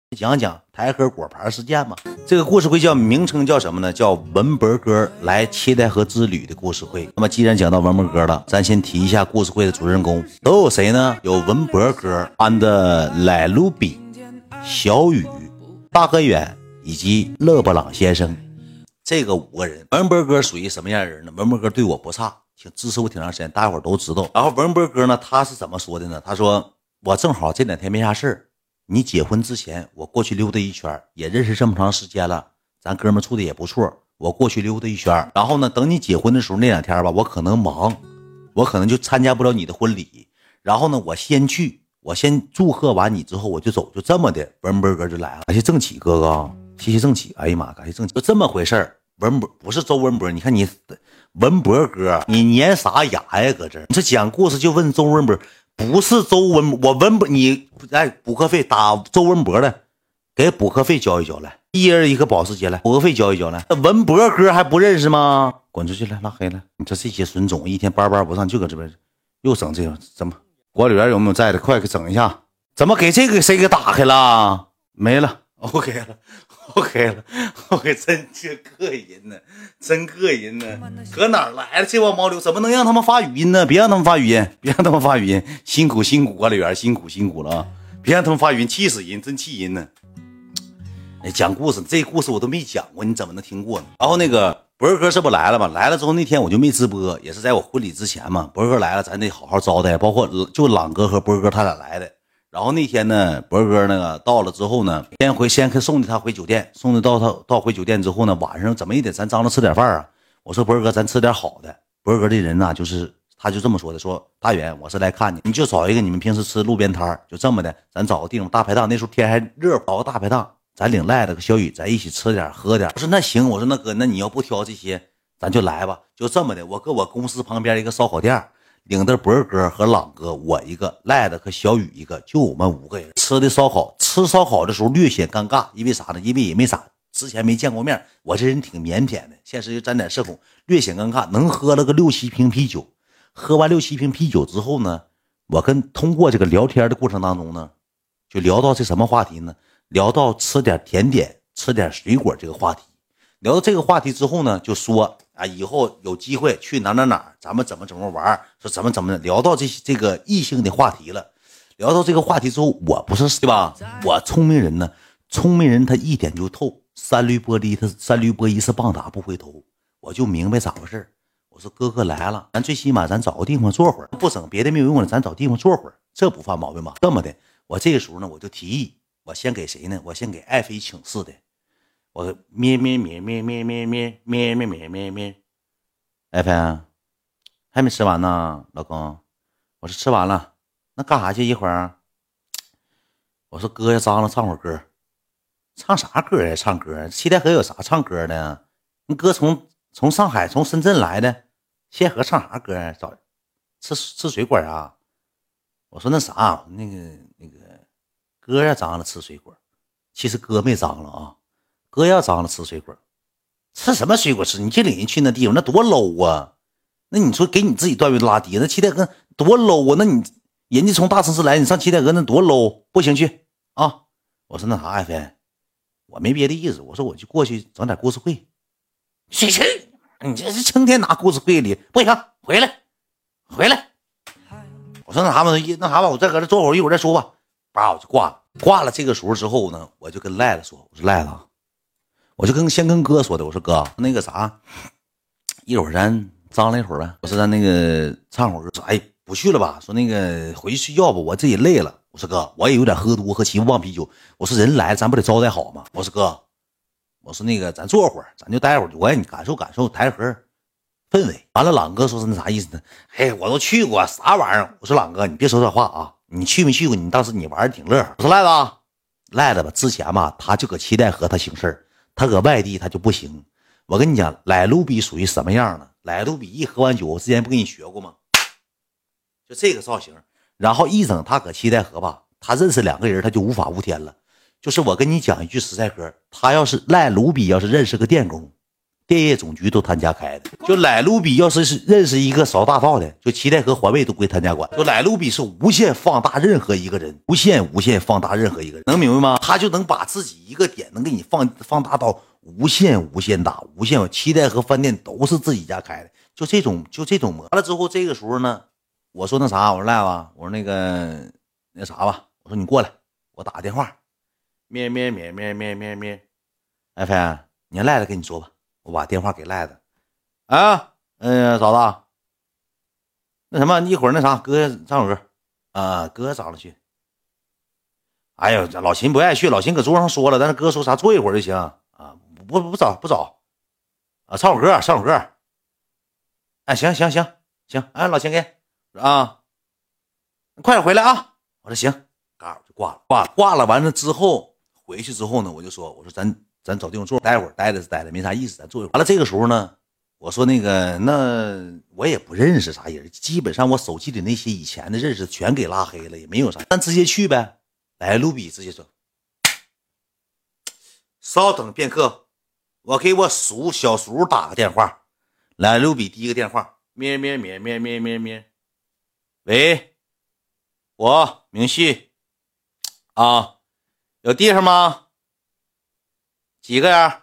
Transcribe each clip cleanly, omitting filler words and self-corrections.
讲讲台河果盘事件嘛。这个故事会名称叫什么呢？叫文博哥来七台河之旅的故事会。那么既然讲到文博哥了，咱先提一下故事会的主人公都有谁呢？有文博哥、安的莱卢比、小雨、大河远以及勒布朗先生。这个5个人，文博哥属于什么样的人呢？文博哥对我不差，支持我挺长时间，大家伙都知道。然后文博哥呢，他是怎么说的呢？他说我正好这2天没啥事，你结婚之前我过去溜达一圈，也认识这么长时间了，咱哥们处的也不错，我过去溜达一圈，然后呢等你结婚的时候那2天吧，我可能忙，我可能就参加不了你的婚礼，然后呢我先去，我先祝贺完你之后我就走，就这么的。文博哥就来了，感谢正启哥哥，谢谢正启，哎呀妈，感谢正启，就这么回事儿。文博不是周文博，你看你文博哥，你粘啥牙呀？搁这儿，你这讲故事就问周文博，不是周文，我文博，你哎补课费打周文博的，给补课费交一交来，一人一个保时捷来，补课费交一交来。文博哥还不认识吗？滚出去来，拉黑了！你这些损种，一天班不上，就搁这边又整这种，怎么管理员有没有在的？快给整一下！怎么给这个谁给打开了？没了。OK 了 ，OK 了 ，OK， 真膈应呢，真膈应呢，搁哪儿来了这帮毛流？怎么能让他们发语音呢？别让他们发语音，别让他们发语音，辛苦管理员，辛苦了啊！别让他们发语音，气死人，真气人呢。哎，讲故事，这故事我都没讲过，你怎么能听过呢？然后那个博哥这不来了吗？来了之后那天我就没直播，也是在我婚礼之前嘛。博哥来了，咱得好好招待，包括就朗哥和博哥他俩来的。然后那天呢，博哥那个到了之后呢，先送他回酒店，送的到回酒店之后呢，晚上怎么也得咱张罗吃点饭啊。我说博哥，咱吃点好的。博哥这人呢，就是他就这么说的，说大远，我是来看你，你就找一个你们平时吃路边摊，就这么的，咱找个地方大排档，那时候天还热，找个大排档，咱领赖了个小雨，咱一起吃点喝点。我说那行，我说那哥，那你要不挑这些，咱就来吧，就这么的。我搁我公司旁边一个烧烤店。领着博哥和朗哥，我一个，赖的和小雨一个，就我们5个人吃的烧烤。吃烧烤的时候略显尴尬，因为啥呢？因为也没啥，之前没见过面，我这人挺腼腆的，现实就沾点社恐，略显尴尬。能喝了个6、7瓶啤酒，喝完6、7瓶啤酒之后呢，我通过这个聊天的过程当中呢，就聊到这什么话题呢？聊到吃点甜点，吃点水果这个话题。聊到这个话题之后呢，就说啊，以后有机会去哪，咱们怎么玩，说怎么的，聊到这个异性的话题了。聊到这个话题之后，我不是对吧？我聪明人呢，聪明人他一点就透，三驴玻璃是棒打不回头，我就明白咋回事。我说哥哥来了，咱最起码咱找个地方坐会儿，不整别的没有用了，咱找地方坐会儿，这不犯毛病吧？这么的，我这个时候呢，我就提议，我先给谁呢？我先给爱妃请示的。我咩，哎飞，还没吃完呢，老公。我说吃完了，那干啥去？一会儿。我说哥要张了，唱会儿歌。唱啥歌呀？唱歌？七台河有啥唱歌的？你哥从上海从深圳来的，七台河唱啥歌呀？找吃水果啊？我说那啥，那个哥要张了吃水果，其实哥没张了啊。哥要张了吃水果，吃什么水果吃？你就领人去那地方，那多 low 啊！那你说给你自己段位拉低，那七台河多 low 啊！那你人家从大城市来，你上七台河那多 low， 不行去啊！我说那啥，爱妃，我没别的意思，我说我就过去整点故事会。去，你这是成天拿故事会里，不行，回来。我说那啥吧，我再搁这坐会儿，一会儿再说吧。叭，我就挂了。这个时候之后呢，我就跟赖子说，我说赖子。我就先跟哥说的，我说哥，那个啥，一会儿咱张了一会儿呗。我说咱那个唱会儿歌，说哎不去了吧？说那个回去睡觉吧，我这也累了。我说哥，我也有点喝多，喝7、8磅啤酒。我说人来了，咱不得招待好吗？我说哥，我说那个咱坐会儿，咱就待会儿，我让你感受台河氛围。完了，朗哥说是那啥意思呢？嘿，我都去过，啥玩意儿？我说朗哥，你别说这话啊，你去没去过？你当时你玩的挺乐。我说赖子吧，之前吧，他就搁七台河他行事儿。他搁外地他就不行，我跟你讲，莱卢比属于什么样呢？莱卢比一喝完酒，我之前不跟你学过吗？就这个造型，然后一整他搁七台河吧，他认识2个人他就无法无天了。就是我跟你讲一句实在嗑，他要是赖卢比要是认识个电工， 电业总局都他家开的。就来路比要是认识一个扫大道的，就七台河环卫都归他家管。就来路比是无限放大任何一个人，无限放大任何一个人，能明白吗？他就能把自己一个点能给你放大到无限大，七台河饭店都是自己家开的，就这种完了之后，这个时候呢，我说那啥，我说赖子，我说那啥吧，我说你过来，我打个电话，咩，哎飞，你让赖子跟你说吧，我把电话给赖子。啊，嫂子，那什么，一会儿那啥，哥唱首歌啊，哥找了去。哎呦，老秦不爱去，老秦搁桌上说了，但是哥说啥坐一会儿就行啊，不找啊，唱首歌。哎，行，哎，老秦给啊，快点回来啊！我说行，嘎我就挂了。完了之后回去之后呢，我说咱找地方坐，待会儿待着没啥意思，咱坐一会儿。完了这个时候呢，我说那我也不认识啥人，基本上我手机里那些以前的认识全给拉黑了，也没有啥，咱直接去呗。来卢比直接说，稍等片刻，我给我小叔打个电话。来卢比第一个电话，咩，喂，我明旭啊，有地方吗？几个呀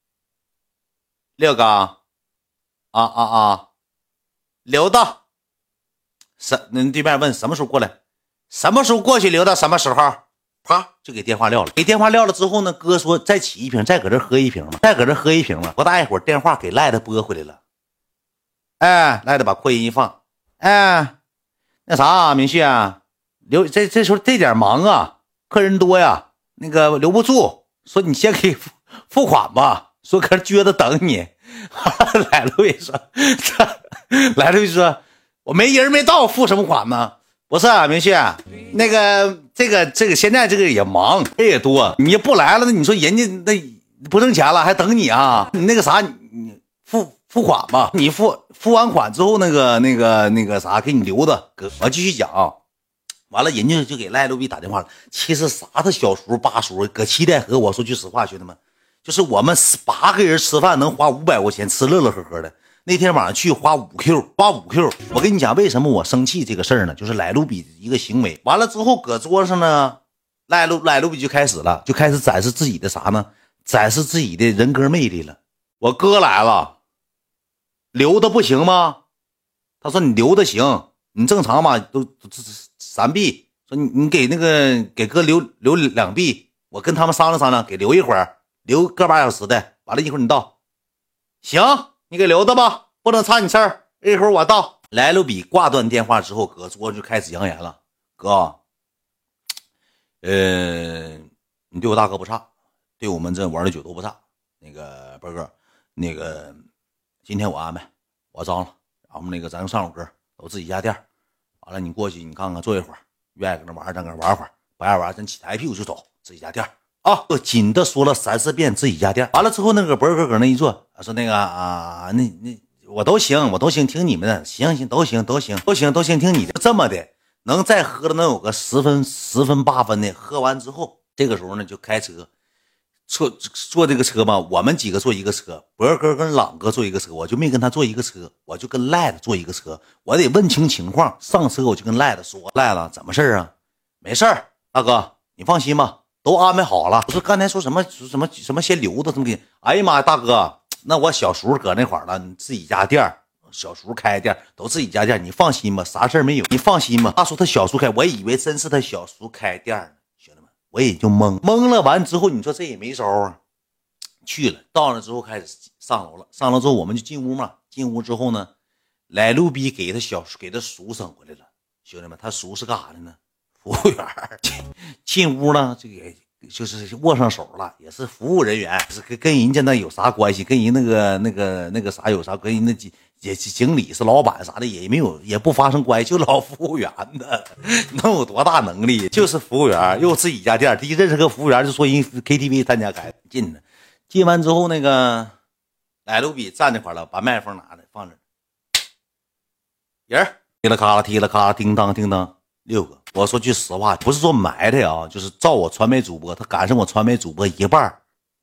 ？6个啊，刘的。那对面问什么时候过来？什么时候过去？刘的什么时候？啪就给电话撂了。给电话撂了之后呢，哥说再起一瓶，再搁这喝一瓶嘛，不大一会儿电话给赖的拨回来了。哎，赖的把扩音一放，哎，那啥，明旭啊，这时候这点忙啊，客人多呀，那个留不住，说你先给付款吧，说搁这撅着等你。来了一说，我没人没到，付什么款呢？不是啊，明旭，那个这个现在这个也忙，人也多，你不来了，那你说人家那不挣钱了，还等你啊？你那个啥，你付款吧，你付完款之后，那个啥给你留的。哥，我继续讲啊。完了，人家就给赖路比打电话了。其实啥他小叔八叔搁七台河，我说句实话，兄弟们，就是我们8个人吃饭能花500块钱，吃乐乐呵呵的。那天晚上去花5Q，我跟你讲为什么我生气这个事儿呢？就是赖路比一个行为。完了之后搁桌上呢，赖路比就开始展示自己的啥呢？展示自己的人格魅力了。我哥来了，留的不行吗？他说你留的行，你正常嘛，都3币，说你给哥留2币，我跟他们商量，给留一会儿，留个把小时的，完了一会儿你到，行，你给留的吧，不能插你事儿，一会儿我到。来路比挂断电话之后，哥桌就开始扬言了，哥，你对我大哥不差，对我们这玩的酒都不差，那个波哥，那个今天我安排，我张了，然后咱就上首歌，都自己家店，完了你过去你看看坐一会儿，愿意搁那玩咱搁那玩会儿，不爱玩咱起抬屁股就走，自己家店啊。紧的说了3、4遍自己家店。完了之后，那个波哥搁那一坐，说那个啊，那我都行，听你们的，行，都行，听你的。这么的，能再喝的能有个10分8分的。喝完之后，这个时候呢就开车，坐这个车嘛，我们几个坐一个车，博哥跟朗哥坐一个车，我就没跟他坐一个车，我就跟赖子坐一个车，我得问清情况。上车我就跟赖子说，赖子怎么事啊？没事儿，大哥你放心吧，都安排好了。我说刚才说什么先留的，怎么给？哎呀妈呀，大哥，那我小叔搁那块儿了，你自己家店，小叔开店都自己家店，你放心吧，啥事儿没有，你放心吧。他说他小叔开，我以为真是他小叔开店呢，兄弟们，我也就懵了。完之后，你说这也没招啊，去了，到了之后开始上楼了，上楼之后我们就进屋嘛。进屋之后呢，来路比给他叔整回来了，兄弟们，他叔是干啥的呢？服务员。进屋呢，这个就是握上手了，也是服务人员，是跟人家那有啥关系？跟人那个啥有啥？跟人那经理是老板啥的也没有，也不发生关系，就老服务员的，能有多大能力？就是服务员，又自己家店，第一认识个服务员就说人 KTV 他家开进的。进完之后，那个来路比站那块了，把麦克风拿着放这，人踢了咔啦踢了咔啦，叮当叮当，6个。我说句实话，不是说埋汰啊，就是照我传媒主播，他赶上我传媒主播一半，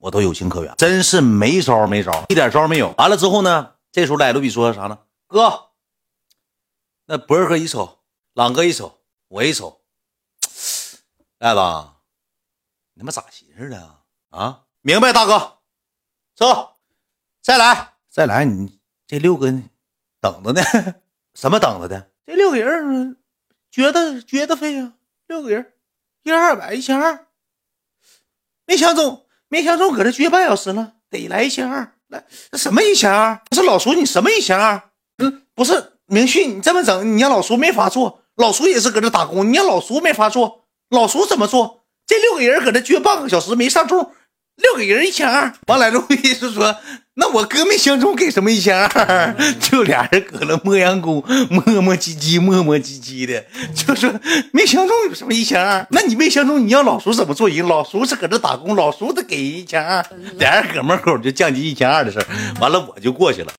我都有情可原，真是没招，一点招没有。完了之后呢，这时候莱卢比说啥呢？哥，那博尔哥一瞅，朗哥一瞅，我一瞅，赖子，你他妈咋寻思的啊？明白，大哥，走，再来，你这6个等着呢，什么等着的？这6个人觉得费啊，6个人，1200 1200，没想中搁这撅半小时了，得来1200，来什么1200？不是老叔，你什么1200？不是明旭，你这么整，你让老叔没法做，老叔也是搁这打工，你让老叔没法做，老叔怎么做？这6个人搁这撅半个小时没上中，6个人1200。完了之后意思说，那我哥没相中给什么1200？就俩人搁那磨洋工，磨唧唧的，就说没相中有什么1200？那你没相中，你让老叔怎么做人？老叔是搁这打工，老叔得给1200。俩人搁门口就降级1200的事儿，完了我就过去了。